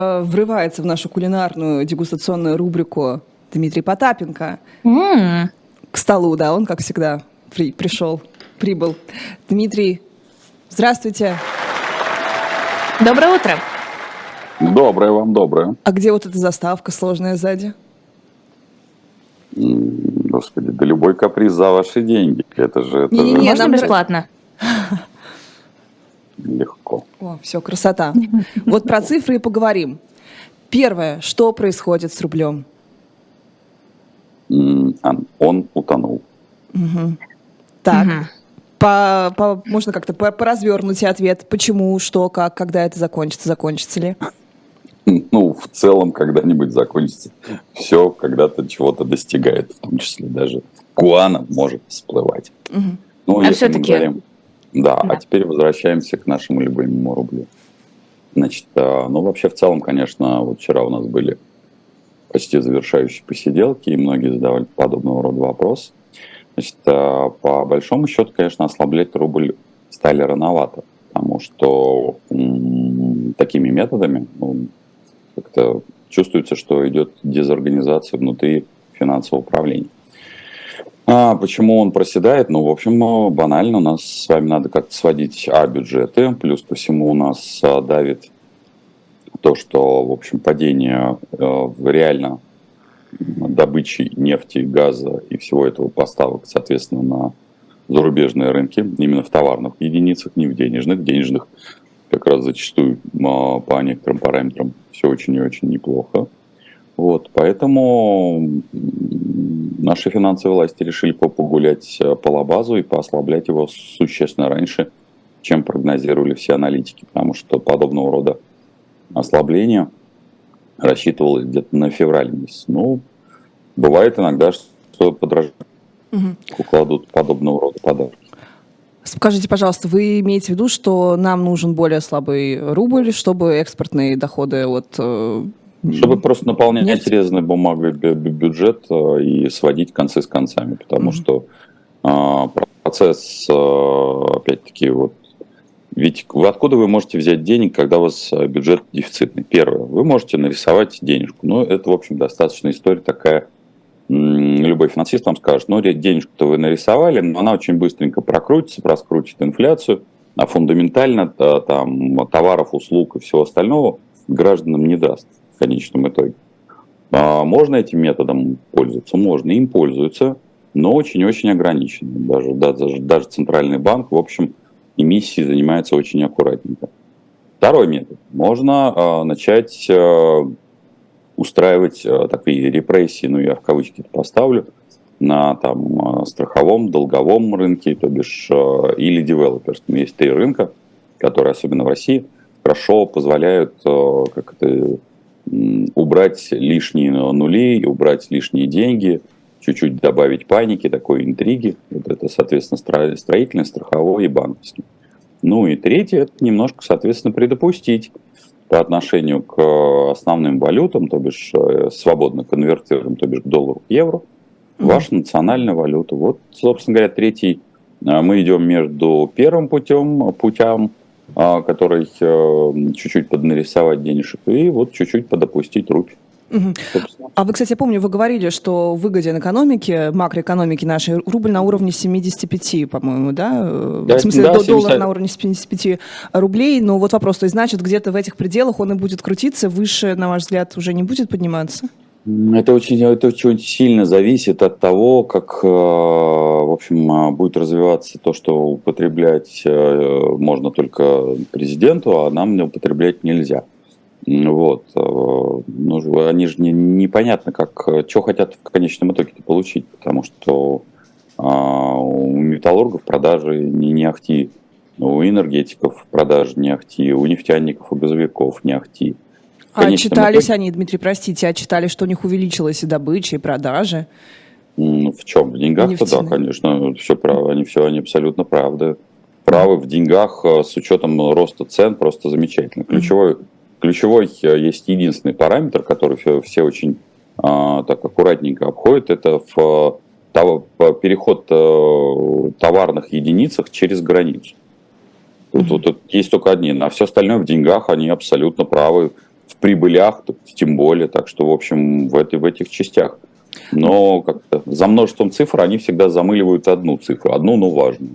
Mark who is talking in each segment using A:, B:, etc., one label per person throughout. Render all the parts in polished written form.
A: Врывается в нашу кулинарную дегустационную рубрику Дмитрий Потапенко. К столу, да, он, как всегда, прибыл. Дмитрий, здравствуйте.
B: Доброе утро.
C: Доброе вам, доброе.
A: А где вот эта заставка сложная сзади?
C: Господи, да любой каприз за ваши деньги. Это же...
B: Можно бесплатно.
C: Легко.
A: О, все, красота. Вот про цифры и поговорим. Первое, что происходит с рублем?
C: Он утонул.
A: Так, можно как-то поразвернуть ответ. Почему, что, как, когда это закончится, закончится ли?
C: Ну, в целом, когда-нибудь закончится. Все когда-то чего-то достигает, в том числе даже Куана может всплывать. Ну,
B: а все-таки...
C: Да, а теперь возвращаемся к нашему любимому рублю. Значит, ну, вообще, в целом, конечно, вот вчера у нас были почти завершающие посиделки, и многие задавали подобного рода вопросы. Значит, по большому счету, конечно, ослаблять рубль стали рановато, потому что такими методами как-то чувствуется, что идет дезорганизация внутри финансового управления. Почему он проседает? Ну, в общем, банально, у нас с вами надо как-то сводить бюджеты, плюс ко всему у нас давит то, что, в общем, падение реально добычи нефти, газа и всего этого поставок, соответственно, на зарубежные рынки, именно в товарных единицах, не в денежных. В денежных как раз зачастую по некоторым параметрам все очень и очень неплохо. Вот, поэтому наши финансовые власти решили погулять по лабазу и поослаблять его существенно раньше, чем прогнозировали все аналитики, потому что подобного рода ослабление рассчитывалось где-то на февраль месяц. Ну, бывает иногда, что подражают, кладут подобного рода подарки.
A: Скажите, пожалуйста, вы имеете в виду, что нам нужен более слабый рубль, чтобы экспортные доходы от...
C: Чтобы просто наполнять резаной бумагой бюджет и сводить концы с концами, потому что процесс, опять-таки, вот, ведь откуда вы можете взять денег, когда у вас бюджет дефицитный? Первое, вы можете нарисовать денежку, но это, в общем, достаточная история такая, любой финансист вам скажет, ну, денежку-то вы нарисовали, но она очень быстренько прокрутится, проскрутит инфляцию, а фундаментально там товаров, услуг и всего остального гражданам не даст. В конечном итоге. Можно этим методом пользоваться? Можно, им пользуются, но очень-очень ограниченно. Даже Центральный банк, в общем, эмиссией занимается очень аккуратненько. Второй метод. Можно начать устраивать такие репрессии, ну я в кавычки это поставлю, на там, страховом, долговом рынке, то бишь, или девелоперском. Есть три рынка, которые, особенно в России, хорошо позволяют убрать лишние нули, убрать лишние деньги, чуть-чуть добавить паники, такой интриги. Вот это, соответственно, строительный, страховой и банковский. Ну и третье, это немножко, соответственно, предопустить по отношению к основным валютам, то бишь свободно конвертируем, то бишь к доллару, к евро, вашу национальную валюту. Вот, собственно говоря, третий, мы идем между первым путем, который чуть-чуть поднарисовать денежек и вот чуть-чуть подопустить рубль.
A: А вы, кстати, я помню, вы говорили, что выгоден экономике, макроэкономике нашей, рубль на уровне 75, по-моему, да? В смысле, да, доллар на уровне 75 рублей. Но вот вопрос, то есть, значит, где-то в этих пределах он и будет крутиться, выше, на ваш взгляд, уже не будет подниматься?
C: Это очень сильно зависит от того, как, в общем, будет развиваться то, что употреблять можно только президенту, а нам употреблять нельзя. Вот. Ну, они же непонятно, что хотят в конечном итоге получить, потому что у металлургов продажи не ахти, у энергетиков продажи не ахти, у нефтяников и газовиков не ахти.
A: Отчитались они, Дмитрий, простите, отчитались, что у них увеличилась и добыча, и продажи?
C: В чем? В деньгах-то, да, конечно, все право, они абсолютно правы в деньгах с учетом роста цен, просто замечательно. Ключевой есть единственный параметр, который все очень так аккуратненько обходят, это переход товарных единицах через границу. Тут есть только одни, а все остальное в деньгах, они абсолютно правы. в прибылях, тем более. Так что, в общем, в этих частях. Но как-то за множеством цифр они всегда замыливают одну цифру, одну, но важную.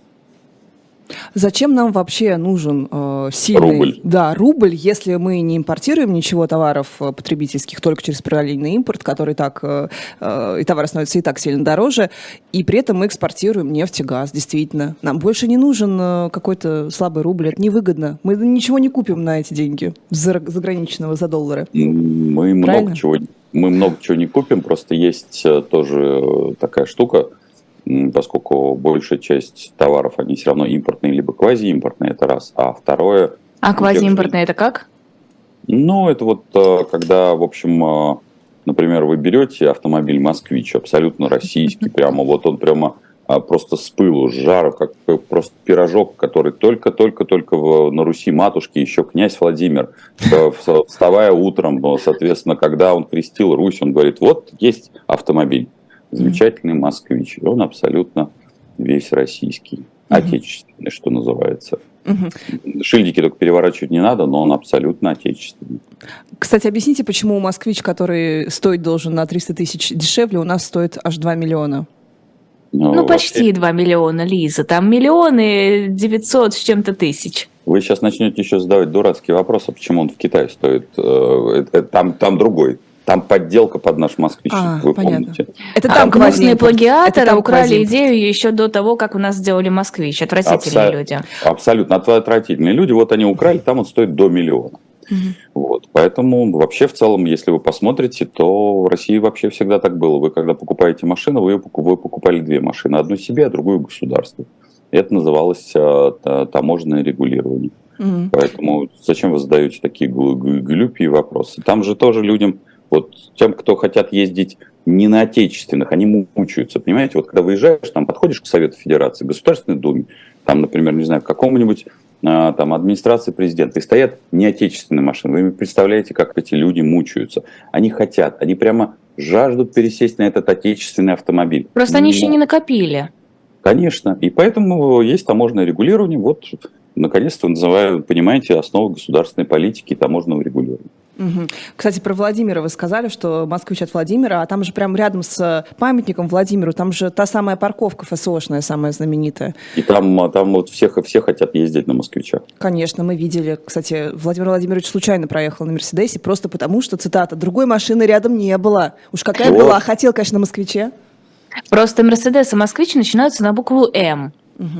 A: Зачем нам вообще нужен сильный
C: рубль?
A: Да, рубль, если мы не импортируем ничего товаров потребительских только через параллельный импорт, который так, и товары становятся и так сильно дороже, и при этом мы экспортируем нефть и газ, действительно. Нам больше не нужен какой-то слабый рубль, это невыгодно. Мы ничего не купим на эти деньги заграничного за доллары.
C: Мы много чего не купим, просто есть тоже такая штука, поскольку большая часть товаров, они все равно импортные, либо квазиимпортные, это раз. А второе...
B: А квазиимпортные это как?
C: Ну, это вот когда, в общем, например, вы берете автомобиль «Москвич», абсолютно российский, прямо вот он прямо просто с пылу, с жару, как просто пирожок, который только-только на Руси матушки, еще князь Владимир, вставая утром, соответственно, когда он крестил Русь, он говорит, вот есть автомобиль. Замечательный «Москвич». Он абсолютно весь российский. Отечественный, что называется. Шильдики только переворачивать не надо, но он абсолютно отечественный.
A: Кстати, объясните, почему «Москвич», который стоить должен на 300 тысяч дешевле, у нас стоит аж 2 миллиона?
B: Ну, почти 2 миллиона, Лиза. Там 1 900 с чем-то тысяч.
C: Вы сейчас начнете еще задавать дурацкие вопросы, почему он в Китае стоит. Там другой. Там подделка под наш «Москвич», вы
A: понятно.
C: помните.
A: Это там
B: гнусные плагиаторы украли идею еще до того, как у нас сделали «Москвич». Отвратительные люди.
C: Абсолютно отвратительные люди. Вот они украли, там он стоит до 1 миллиона. Вот. Поэтому вообще в целом, если вы посмотрите, то в России вообще всегда так было. Вы когда покупаете машину, вы покупали 2 машины. Одну себе, а другую государству. Это называлось таможенное регулирование. Поэтому зачем вы задаете такие глупые вопросы? Там же тоже людям... Вот тем, кто хотят ездить не на отечественных, они мучаются, понимаете? Вот когда выезжаешь, там подходишь к Совету Федерации, Государственной Думе, там, например, не знаю, к какому-нибудь там администрации президента, и стоят неотечественные машины. Вы представляете, как эти люди мучаются? Они хотят, они прямо жаждут пересесть на этот отечественный автомобиль.
B: Просто они еще не накопили.
C: Конечно, и поэтому есть таможенное регулирование, вот, наконец-то, понимаете, основы государственной политики и таможенного регулирования.
A: Кстати, про Владимира вы сказали, что «Москвич» от Владимира, а там же прямо рядом с памятником Владимиру, там же та самая парковка ФСОшная, самая знаменитая. И
C: там вот все хотят ездить на «Москвичах».
A: Конечно, мы видели. Кстати, Владимир Владимирович случайно проехал на «Мерседесе», просто потому что, цитата, «другой машины рядом не было». Уж какая была, хотел, конечно, на «Москвиче».
B: Просто «Мерседес» и «Москвич» начинаются на букву «М».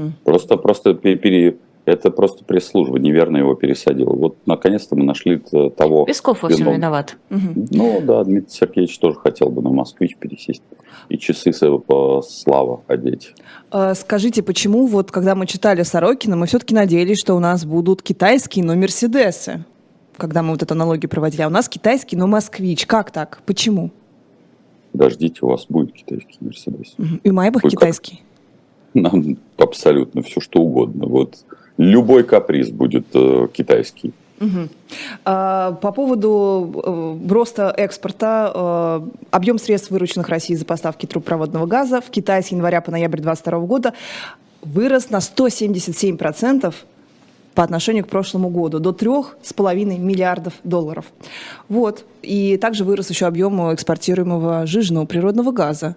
C: Это просто пресс-служба неверно его пересадила. Вот, наконец-то мы нашли того...
B: Песков во всем виноват.
C: Ну, да, Дмитрий Сергеевич тоже хотел бы на «Москвич» пересесть и часы слава одеть.
A: Скажите, почему вот, когда мы читали Сорокина, мы все-таки надеялись, что у нас будут китайские, но «Мерседесы», когда мы вот эту аналогию проводили, а у нас китайский, но «Москвич». Как так? Почему?
C: Подождите, у вас будет китайский «Мерседес».
A: И Майбах китайский.
C: Нам абсолютно все, что угодно. Вот. Любой каприз будет китайский.
A: По поводу роста экспорта, объем средств, вырученных Россией за поставки трубопроводного газа в Китай с января по ноябрь 2022 года вырос на 177% по отношению к прошлому году, до $3,5 миллиардов. Вот. И также вырос еще объем экспортируемого сжиженного природного газа.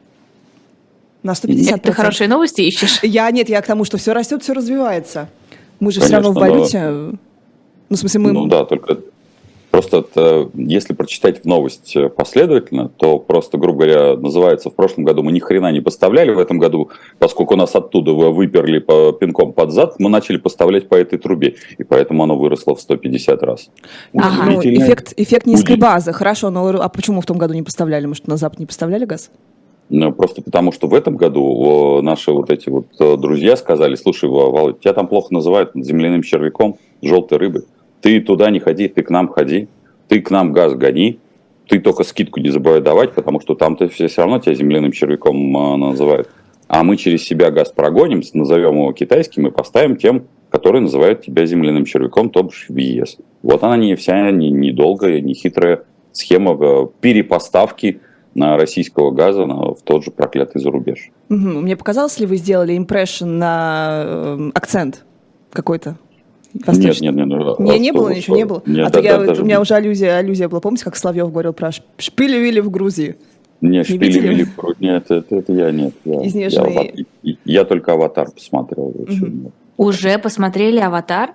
A: На 150%.
B: Ты хорошие новости ищешь?
A: Я к тому, что все растет, все развивается. Мы же конечно, все равно в валюте. Ну, в смысле, мы...
C: Ну да, только просто если прочитать новость последовательно, то просто, грубо говоря, называется, в прошлом году мы ни хрена не поставляли, в этом году, поскольку нас оттуда выперли пинком под зад, мы начали поставлять по этой трубе, и поэтому оно выросло в 150 раз.
A: Ага. Ну, эффект низкой базы, хорошо, но а почему в том году не поставляли? Может, на Запад не поставляли газ?
C: Просто потому, что в этом году наши вот эти вот друзья сказали: слушай, Володь, тебя там плохо называют земляным червяком, желтой рыбой. Ты туда не ходи, ты к нам ходи, ты к нам газ гони, ты только скидку не забывай давать, потому что там-то все равно тебя земляным червяком называют. А мы через себя газ прогоним, назовем его китайским и поставим тем, которые называют тебя земляным червяком, то бишь в ЕС. Вот она вся недолгая, нехитрая схема перепоставки на российского газа в тот же проклятый зарубеж.
A: Мне показалось ли, вы сделали импрессион на акцент какой-то?
C: Нет.
A: Не было ничего, не было. У меня уже аллюзия была, помните, как Соловьев говорил про шпили-вили в Грузии?
C: Не, шпили-вили в Грузии, нет, это я нет. Я только «Аватар» посмотрел.
B: Уже посмотрели «Аватар»?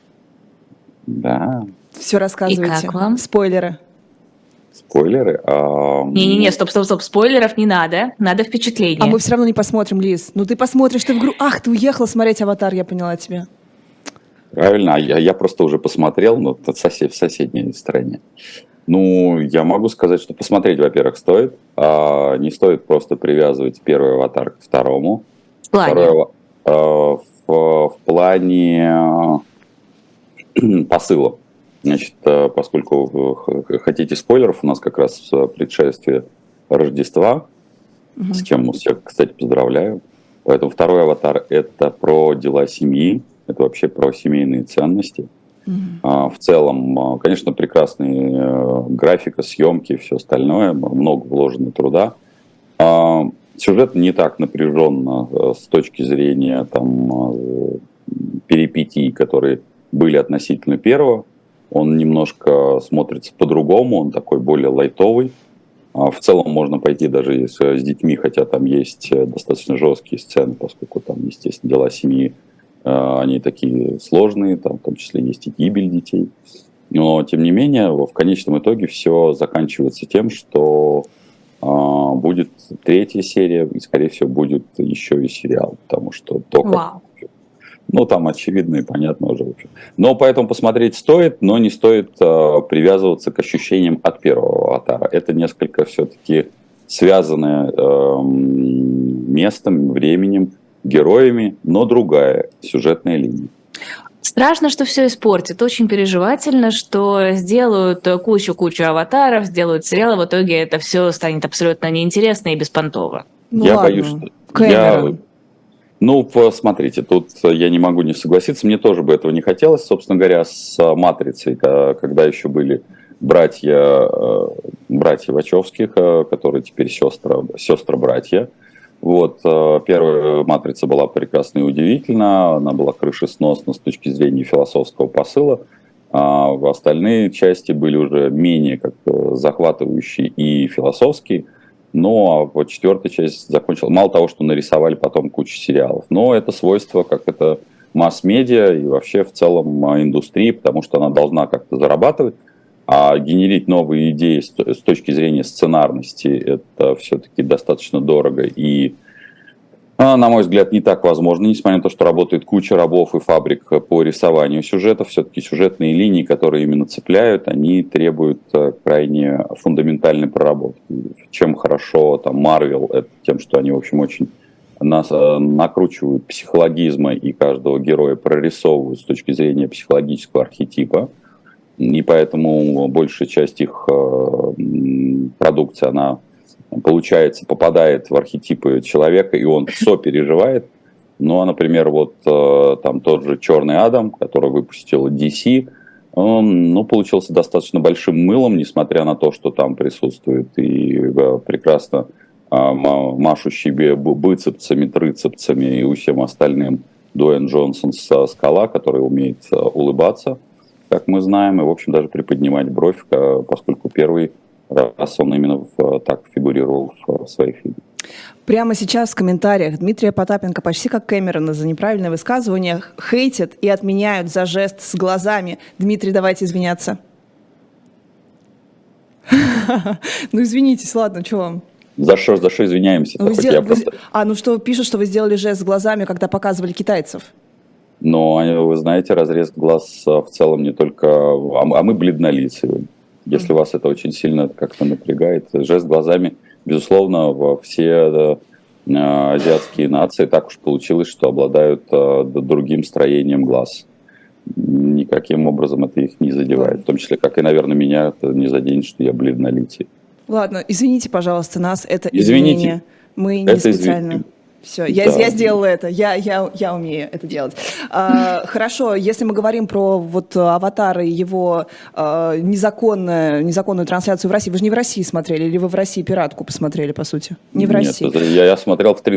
C: Да.
A: Все рассказывайте.
B: И как вам?
A: Спойлеры.
C: Спойлеры?
B: Не-не-не, стоп, спойлеров не надо, надо впечатление.
A: А мы все равно не посмотрим, Лиз. Ну ты посмотришь, ты в игру. Ах, ты уехала смотреть «Аватар», я поняла тебя.
C: Правильно, я просто уже посмотрел, но в соседней стране. Ну, я могу сказать, что посмотреть, во-первых, стоит. Не стоит просто привязывать первый «Аватар» к второму.
B: В плане?
C: В плане посыла. Значит, поскольку вы хотите спойлеров, у нас как раз предшествие Рождества, с чем всех, кстати, поздравляю. Поэтому второй «Аватар» — это про дела семьи, это вообще про семейные ценности. В целом, конечно, прекрасная графика, съемки и все остальное, много вложено труда. Сюжет не так напряженно с точки зрения там, перипетий, которые были относительно первого. Он немножко смотрится по-другому, он такой более лайтовый. В целом можно пойти даже с детьми, хотя там есть достаточно жесткие сцены, поскольку там, естественно, дела семьи, они такие сложные, там в том числе есть и гибель детей. Но, тем не менее, в конечном итоге все заканчивается тем, что будет третья серия, и, скорее всего, будет еще и сериал, потому что ну, там очевидно и понятно уже. Но поэтому посмотреть стоит, но не стоит привязываться к ощущениям от первого «Аватара». Это несколько все-таки связанное местом, временем, героями, но другая сюжетная линия.
B: Страшно, что все испортит. Очень переживательно, что сделают кучу «Аватаров», сделают сериалы, в итоге это все станет абсолютно неинтересно и беспонтово.
A: Ну,
C: я
A: ладно.
C: боюсь, что...
A: Кэмерон.
C: Ну, посмотрите, тут я не могу не согласиться. Мне тоже бы этого не хотелось, собственно говоря, с «Матрицей», когда еще были братья Вачовских, которые теперь сестры-братья. Вот, первая «Матрица» была прекрасна и удивительна, она была крышесносна с точки зрения философского посыла, а остальные части были уже менее как захватывающие и философские. Но вот четвертая часть закончилась. Мало того, что нарисовали потом кучу сериалов, но это свойство, как это масс-медиа и вообще в целом индустрии, потому что она должна как-то зарабатывать, а генерить новые идеи с точки зрения сценарности это все-таки достаточно дорого и, на мой взгляд, не так возможно, несмотря на то, что работает куча рабов и фабрик по рисованию сюжетов, все-таки сюжетные линии, которые именно цепляют, они требуют крайне фундаментальной проработки. Чем хорошо там Marvel, это тем, что они, в общем, очень накручивают психологизма и каждого героя прорисовывают с точки зрения психологического архетипа. И поэтому большая часть их продукции, она, получается, попадает в архетипы человека, и он сопереживает. Но, например, вот там тот же «Черный Адам», который выпустил DC, он, получился достаточно большим мылом, несмотря на то, что там присутствует и прекрасно машущий бицепсами, трицепсами и всем остальным Дуэйн Джонсон «Скала», который умеет улыбаться, как мы знаем, и, в общем, даже приподнимать бровь, поскольку первый раз он именно так фигурировал в своих фильмах.
A: Прямо сейчас в комментариях Дмитрия Потапенко, почти как Кэмерона, за неправильное высказывание хейтят и отменяют за жест с глазами. Дмитрий, давайте извиняться. Ну, извинитесь, ладно, что вам?
C: За что извиняемся?
A: Что пишут, что вы сделали жест с глазами, когда показывали китайцев?
C: Но вы знаете, разрез глаз в целом не только... А мы бледнолицые. Если вас это очень сильно как-то напрягает. Жест глазами, безусловно, все азиатские нации так уж получилось, что обладают другим строением глаз. Никаким образом это их не задевает. В том числе, как и, наверное, меня это не заденет, что я бледнолицый.
A: Ладно, извините, пожалуйста, нас это извинение. Мы не специально. Все, я сделала это, я умею это делать. Хорошо, если мы говорим про вот «Аватар» и его незаконную трансляцию в России, вы же не в России смотрели, или вы в России «Пиратку» посмотрели, по сути? Не в России.
C: Нет, я смотрел в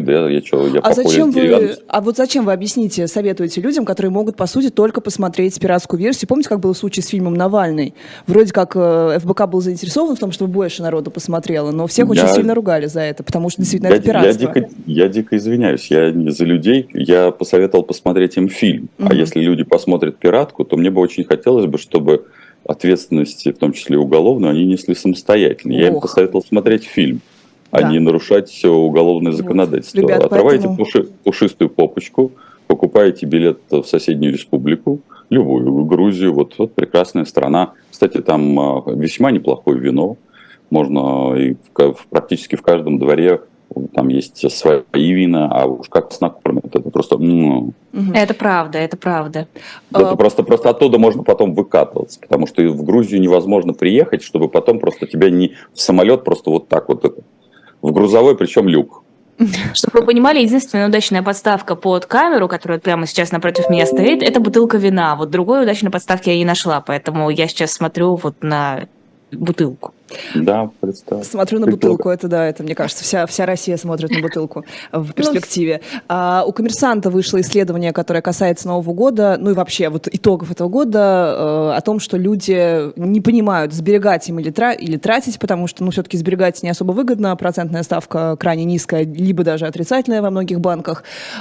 C: 3D,
A: зачем вы объясните, советуете людям, которые могут, по сути, только посмотреть пиратскую версию? Помните, как был случай с фильмом «Навальный»? Вроде как ФБК был заинтересован в том, чтобы больше народу посмотрело, но всех очень сильно ругали за это, потому что действительно это пиратство.
C: Я дико извиняюсь, я не за людей, я посоветовал посмотреть им фильм. А если люди посмотрят «Пиратку», то мне бы очень хотелось бы, чтобы ответственности, в том числе уголовную, они несли самостоятельно. Я им посоветовал смотреть фильм, а не нарушать все уголовное законодательство.
A: Ребят,
C: отрывайте пушистую попочку, покупаете билет в соседнюю республику, любую, Грузию, вот прекрасная страна. Кстати, там весьма неплохое вино, можно и практически в каждом дворе. Там есть свои вина, а уж как нас накормят, это просто...
B: Это правда, это правда.
C: Это просто оттуда можно потом выкатываться, потому что в Грузию невозможно приехать, чтобы потом просто тебя не в самолет просто вот так вот это, в грузовой, причем люк.
B: Чтобы вы понимали, единственная удачная подставка под камеру, которая прямо сейчас напротив меня стоит, это бутылка вина. Вот другой удачной подставки я не нашла, поэтому я сейчас смотрю вот на бутылку.
C: Да, представь.
A: Смотрю на бутылку, это, мне кажется, вся Россия смотрит на бутылку в перспективе. У «Коммерсанта» вышло исследование, которое касается Нового года, ну и вообще вот итогов этого года, о том, что люди не понимают, сберегать им или тратить, потому что, все-таки сберегать не особо выгодно, процентная ставка крайне низкая, либо даже отрицательная во многих банках,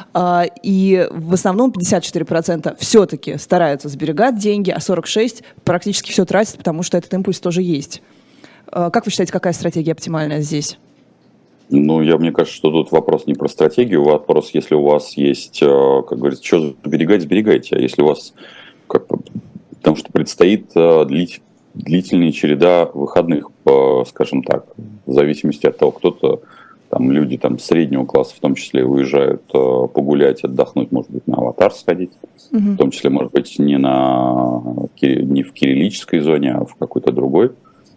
A: и в основном 54% все-таки стараются сберегать деньги, а 46% практически все тратят, потому что этот импульс тоже есть. Как вы считаете, какая стратегия оптимальная здесь?
C: Мне кажется, что тут вопрос не про стратегию, вопрос, если у вас есть, как говорится, что сберегать, сберегайте. А если у вас, потому что предстоит длительная череда выходных, скажем так, в зависимости от того, кто-то, там люди среднего класса в том числе уезжают погулять, отдохнуть, может быть, на «Аватар» сходить, в том числе, может быть, не в кириллической зоне, а в какой-то другой.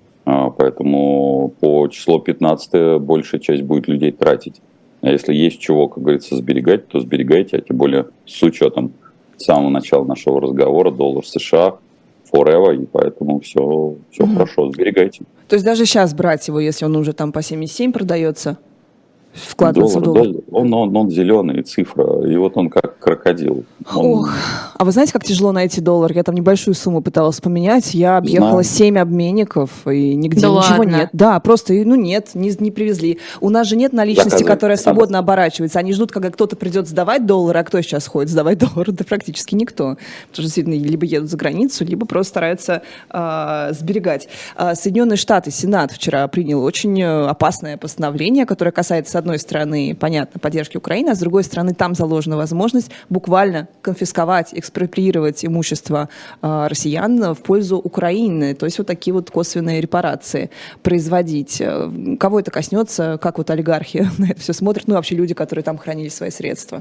C: Поэтому по числу 15 большая часть будет людей тратить. А если есть чего, как говорится, сберегать, то сберегайте, а тем более с учетом самого начала нашего разговора, доллар США, forever, и поэтому все хорошо, сберегайте.
A: То есть даже сейчас брать его, если он уже по 7,7 продается? Вкладываться в доллар.
C: Он зеленый, цифра, и вот он как крокодил.
A: А вы знаете, как тяжело найти доллар? Я там небольшую сумму пыталась поменять, я объехала 7 обменников, и нигде ничего нет. Да, просто, нет, не привезли. У нас же нет наличности, которая свободно оборачивается. Они ждут, когда кто-то придет сдавать доллары, а кто сейчас ходит сдавать доллары? Да практически никто. Потому что действительно либо едут за границу, либо просто стараются сберегать. Соединенные Штаты, Сенат вчера принял очень опасное постановление, которое касается, с одной стороны, понятно, поддержки Украины, а с другой стороны, там заложена возможность буквально конфисковать, экспроприировать имущество россиян в пользу Украины. То есть вот такие вот косвенные репарации производить. Кого это коснется? Как вот олигархи на это все смотрят? Вообще люди, которые там хранили свои средства.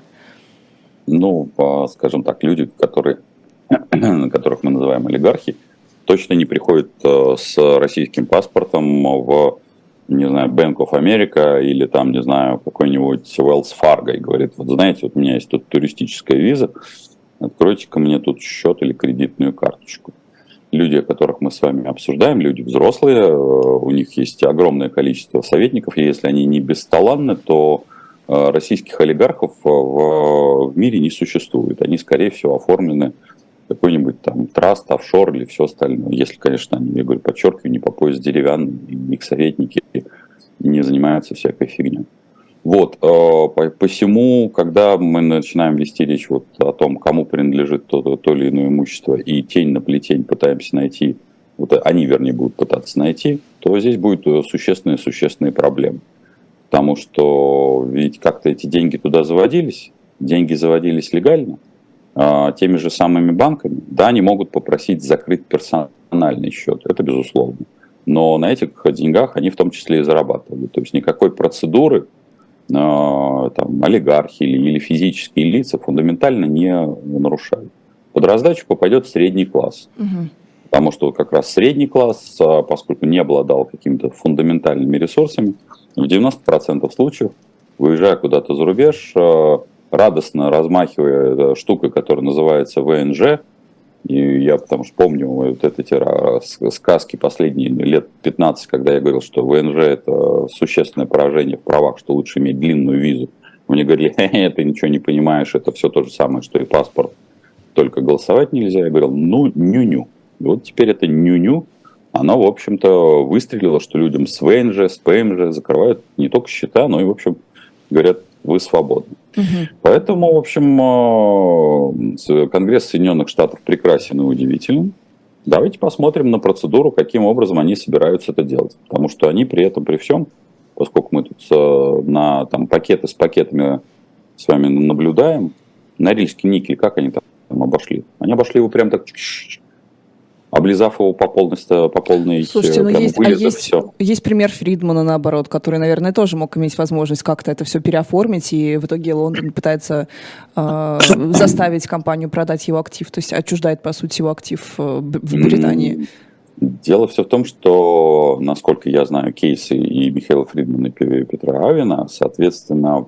C: Скажем так, люди, которых мы называем олигархи, точно не приходят с российским паспортом в, не знаю, Bank of America или там, не знаю, какой-нибудь Wells Fargo и говорит, вот знаете, вот у меня есть тут туристическая виза, откройте-ка мне тут счет или кредитную карточку. Люди, о которых мы с вами обсуждаем, люди взрослые, у них есть огромное количество советников, и если они не бесталанны, то российских олигархов в мире не существует. Они, скорее всего, оформлены какой-нибудь там траст, офшор или все остальное. Если, конечно, они, я говорю, подчеркиваю, не по пояс деревянный, и их советники не занимаются всякой фигней. Посему, когда мы начинаем вести речь о том, кому принадлежит то или иное имущество, и тень на плетень пытаемся найти, они, вернее, будут пытаться найти, то здесь будут существенные проблемы. Потому что ведь как-то эти деньги туда заводились легально, теми же самыми банками. Да, они могут попросить закрыть персональный счет, это безусловно. Но на этих деньгах они в том числе и зарабатывали. То есть никакой процедуры олигархи или физические лица фундаментально не нарушают. Под раздачу попадет средний класс. Потому что как раз средний класс, поскольку не обладал какими-то фундаментальными ресурсами, в 90% случаев выезжая куда-то за рубеж, радостно размахивая штукой, которая называется ВНЖ, и я потому что помню вот эти сказки последние лет 15, когда я говорил, что ВНЖ это существенное поражение в правах, что лучше иметь длинную визу. Мне говорили, ты ничего не понимаешь, это все то же самое, что и паспорт, только голосовать нельзя. Я говорил, ну, ню-ню. И вот теперь это ню-ню, оно, в общем-то, выстрелило, что людям с ВНЖ, с ПМЖ закрывают не только счета, но и, в общем, говорят, вы свободны. Поэтому, в общем, Конгресс Соединенных Штатов прекрасен и удивителен. Давайте посмотрим на процедуру, каким образом они собираются это делать. Потому что они при этом, при всем, поскольку мы тут на пакеты с пакетами с вами наблюдаем, Норильский никель, как они там обошли? Они обошли его прям так, облизав его по полной.
A: Слушайте, ну есть пример Фридмана, наоборот, который, наверное, тоже мог иметь возможность как-то это все переоформить, и в итоге Лондон пытается заставить компанию продать его актив, то есть отчуждает, по сути, его актив в Британии.
C: Дело все в том, что, насколько я знаю, кейсы и Михаила Фридмана, и Петра Авина, соответственно,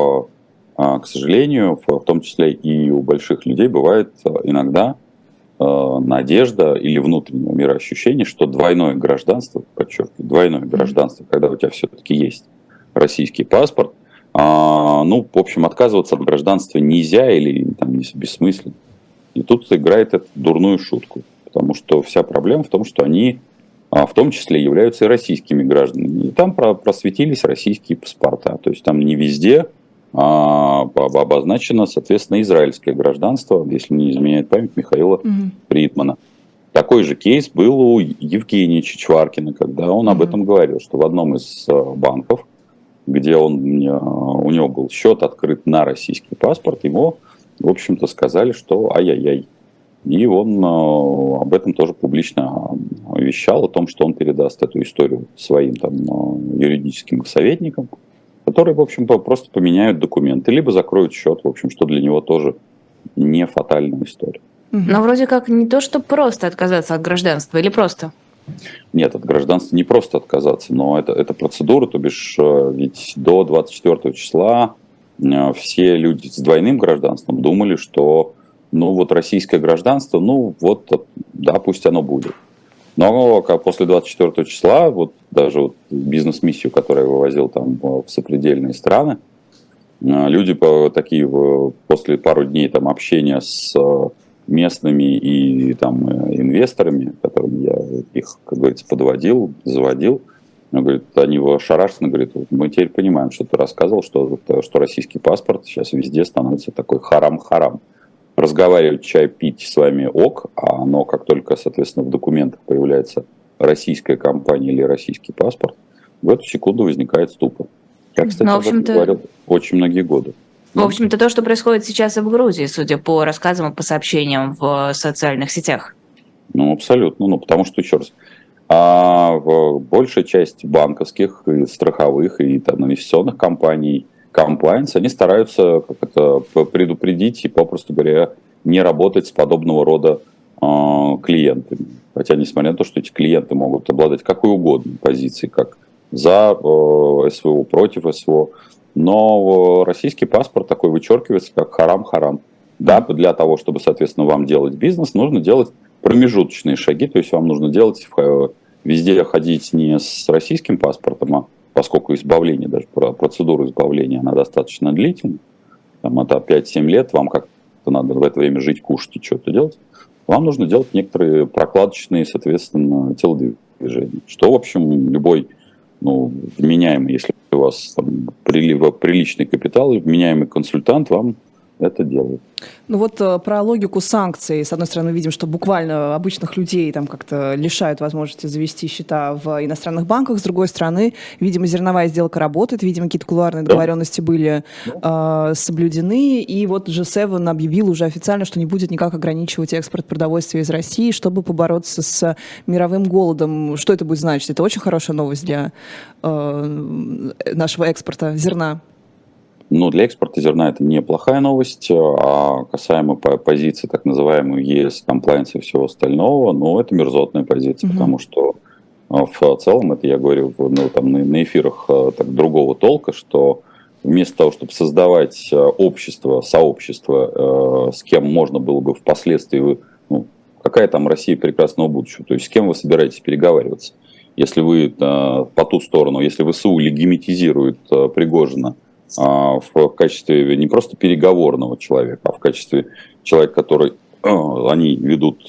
C: к сожалению, в том числе и у больших людей бывает иногда надежда или внутреннее мироощущение, что двойное гражданство, подчеркиваю, двойное гражданство, когда у тебя все-таки есть российский паспорт, ну, в общем, отказываться от гражданства нельзя или там бессмысленно. И тут играет эту дурную шутку, потому что вся проблема в том, что они в том числе являются и российскими гражданами. И там просветились российские паспорта, то есть там не везде обозначено, соответственно, израильское гражданство, если не изменяет память, Михаила Фридмана. Такой же кейс был у Евгения Чичваркина, когда он об этом говорил, что в одном из банков, где у него был счет открыт на российский паспорт, ему, в общем-то, сказали, что ай-яй-яй. И он об этом тоже публично вещал, о том, что он передаст эту историю своим юридическим советникам, которые, в общем, просто поменяют документы, либо закроют счет, в общем, что для него тоже не фатальная история.
B: Но вроде как не то, что просто отказаться от гражданства, или просто?
C: Нет, от гражданства не просто отказаться, но это процедура, то бишь ведь до 24 числа все люди с двойным гражданством думали, что ну вот российское гражданство, ну вот, да, пусть оно будет. Но после 24 числа, вот даже вот бизнес-миссию, которую я вывозил там в сопредельные страны, люди такие после пару дней там общения с местными и там инвесторами, которыми я их, как говорится, подводил, заводил, говорит, они ошарашены, говорят, мы теперь понимаем, что ты рассказывал, что российский паспорт сейчас везде становится такой харам-харам. Разговаривать, чай пить с вами ок, но как только, соответственно, в документах появляется российская компания или российский паспорт, в эту секунду возникает ступор. Я, кстати, об этом говорил очень многие годы.
B: В общем-то, то, что происходит сейчас и в Грузии, судя по рассказам и по сообщениям в социальных сетях.
C: Ну, абсолютно. Ну, потому что, еще раз, большая часть банковских, и страховых и там, инвестиционных компаний, комплайнс, они стараются предупредить и, попросту говоря, не работать с подобного рода клиентами. Хотя, несмотря на то, что эти клиенты могут обладать какой угодно позицией, как за СВО, против СВО, но российский паспорт такой вычеркивается, как харам-харам. Да, для того, чтобы, соответственно, вам делать бизнес, нужно делать промежуточные шаги, то есть вам нужно делать везде ходить не с российским паспортом, поскольку избавление, даже процедура избавления, она достаточно длительная, там это 5-7 лет, вам как-то надо в это время жить, кушать и что-то делать, вам нужно делать некоторые прокладочные, соответственно, телодвижения, что, в общем, любой, вменяемый, если у вас там приличный капитал, вменяемый консультант вам это делает.
A: Ну вот про логику санкций. С одной стороны, мы видим, что буквально обычных людей там как-то лишают возможности завести счета в иностранных банках. С другой стороны, видимо, зерновая сделка работает, видимо, какие-то кулуарные договоренности были соблюдены. И вот G7 объявил уже официально, что не будет никак ограничивать экспорт продовольствия из России, чтобы побороться с мировым голодом. Что это будет значить? Это очень хорошая новость для нашего экспорта зерна.
C: Для экспорта зерна это неплохая новость, а касаемо позиции так называемой ЕС, комплайнса и всего остального, это мерзотная позиция, потому что в целом, это я говорю на эфирах другого толка, что вместо того, чтобы создавать общество, сообщество, с кем можно было бы впоследствии, ну, какая там Россия прекрасного будущего, то есть с кем вы собираетесь переговариваться, если вы по ту сторону, если ВСУ легитимизирует Пригожина в качестве не просто переговорного человека, а в качестве человека, который они ведут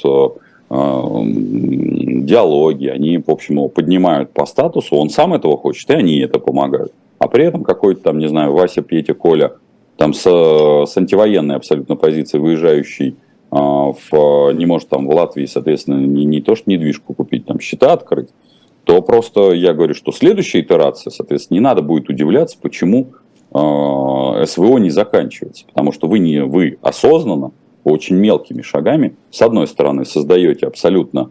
C: диалоги, они, в общем, его поднимают по статусу, он сам этого хочет, и они это помогают. А при этом какой-то там, не знаю, Вася, Петя, Коля, там с антивоенной абсолютно позиции, выезжающий не может там в Латвии, соответственно, не то что недвижку купить, там счета открыть, то просто я говорю, что следующая итерация, соответственно, не надо будет удивляться, почему СВО не заканчивается. Потому что вы осознанно, очень мелкими шагами, с одной стороны, создаете абсолютно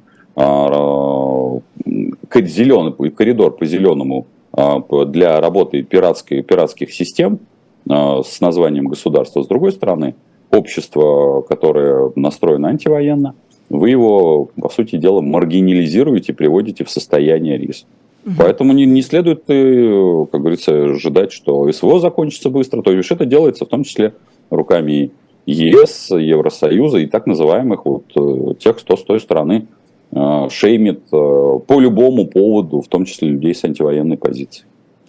C: зеленый коридор по зеленому для работы пиратских систем с названием государства. С другой стороны, общество, которое настроено антивоенно, вы его, по сути дела, маргинализируете, приводите в состояние риска. Поэтому не следует, как говорится, ожидать, что СВО закончится быстро. То есть это делается в том числе руками ЕС, Евросоюза и так называемых тех, кто с той стороны шеймит по любому поводу, в том числе людей с антивоенной позицией.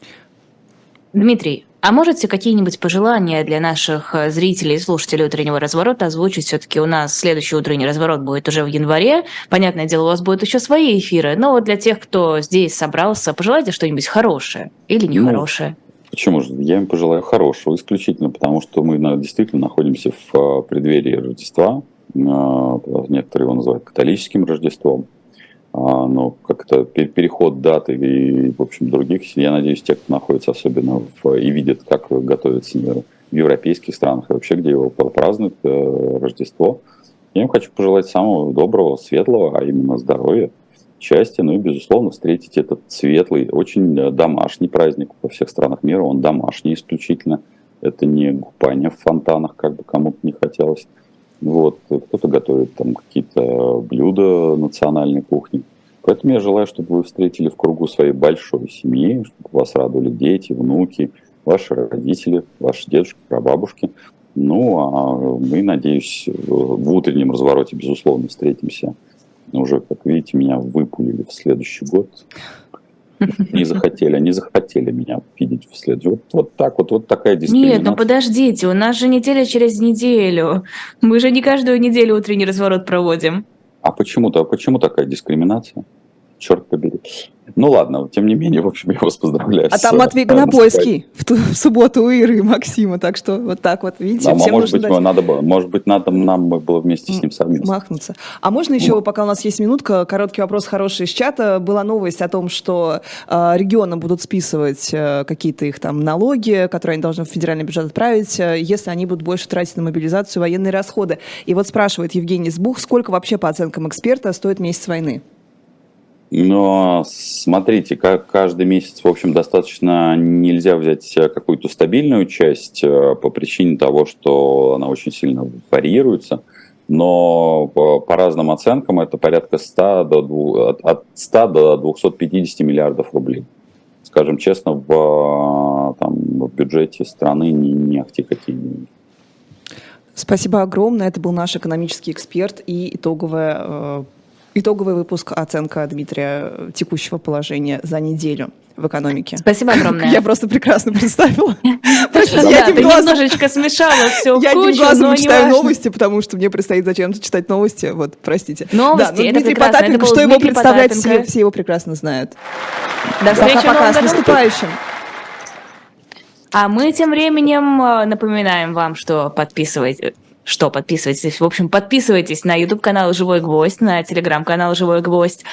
B: Дмитрий, а можете какие-нибудь пожелания для наших зрителей и слушателей «Утреннего разворота» озвучить? Все-таки у нас следующий «Утренний разворот» будет уже в январе. Понятное дело, у вас будут еще свои эфиры. Но вот для тех, кто здесь собрался, пожелайте что-нибудь хорошее или нехорошее.
C: Почему же? Я им пожелаю хорошего исключительно, потому что мы действительно находимся в преддверии Рождества. Некоторые его называют католическим Рождеством. Но как-то переход даты и, в общем, других, я надеюсь, те, кто находится особенно и видят, как готовятся в европейских странах, и вообще, где его празднуют Рождество, я им хочу пожелать самого доброго, светлого, а именно здоровья, счастья, ну и, безусловно, встретить этот светлый, очень домашний праздник во всех странах мира, он домашний исключительно, это не купание в фонтанах, как бы кому-то не хотелось. Вот, кто-то готовит там какие-то блюда национальной кухни. Поэтому я желаю, чтобы вы встретили в кругу своей большой семьи, чтобы вас радовали дети, внуки, ваши родители, ваши дедушки, прабабушки. Ну, а мы, надеюсь, в утреннем развороте, безусловно, встретимся. Уже, как видите, меня выпулили в следующий год. Они захотели меня видеть в следующем. Вот так вот такая дискриминация.
B: Нет, ну подождите, у нас же неделя через неделю. Мы же не каждую неделю утренний разворот проводим.
C: А почему такая дискриминация? Черт побери. Ну ладно, тем не менее, в общем, я вас поздравляю.
A: А там Матвей Гонопольский в субботу у Иры Максима, так что вот так вот, видите,
C: да, всем может быть, нам было вместе с ним совместно.
A: Махнуться. А можно еще, пока у нас есть минутка, короткий вопрос хороший из чата. Была новость о том, что регионам будут списывать какие-то их там налоги, которые они должны в федеральный бюджет отправить, если они будут больше тратить на мобилизацию и военные расходы. И вот спрашивает Евгений Сбух, сколько вообще, по оценкам эксперта, стоит месяц войны?
C: Но смотрите, каждый месяц, в общем, достаточно нельзя взять какую-то стабильную часть по причине того, что она очень сильно варьируется. Но по разным оценкам это порядка от 100 до 250 миллиардов рублей. Скажем честно, в бюджете страны не ахти какие деньги.
A: Спасибо огромное. Это был наш экономический эксперт и итоговый выпуск «Оценка Дмитрия текущего положения за неделю в экономике».
B: Спасибо огромное.
A: Я просто прекрасно представила.
B: Ты немножечко смешала все в кучу,
A: я одним глазом читаю новости, потому что мне предстоит зачем-то читать новости. Вот, простите.
B: Новости, это
A: Дмитрий Потапенко, что его представляет, все его прекрасно знают.
B: До встречи в новом году.
A: С наступающим.
B: А мы тем временем напоминаем вам, что подписывайтесь. В общем, подписывайтесь на YouTube-канал «Живой гвоздь», на телеграм-канал «Живой гвоздь».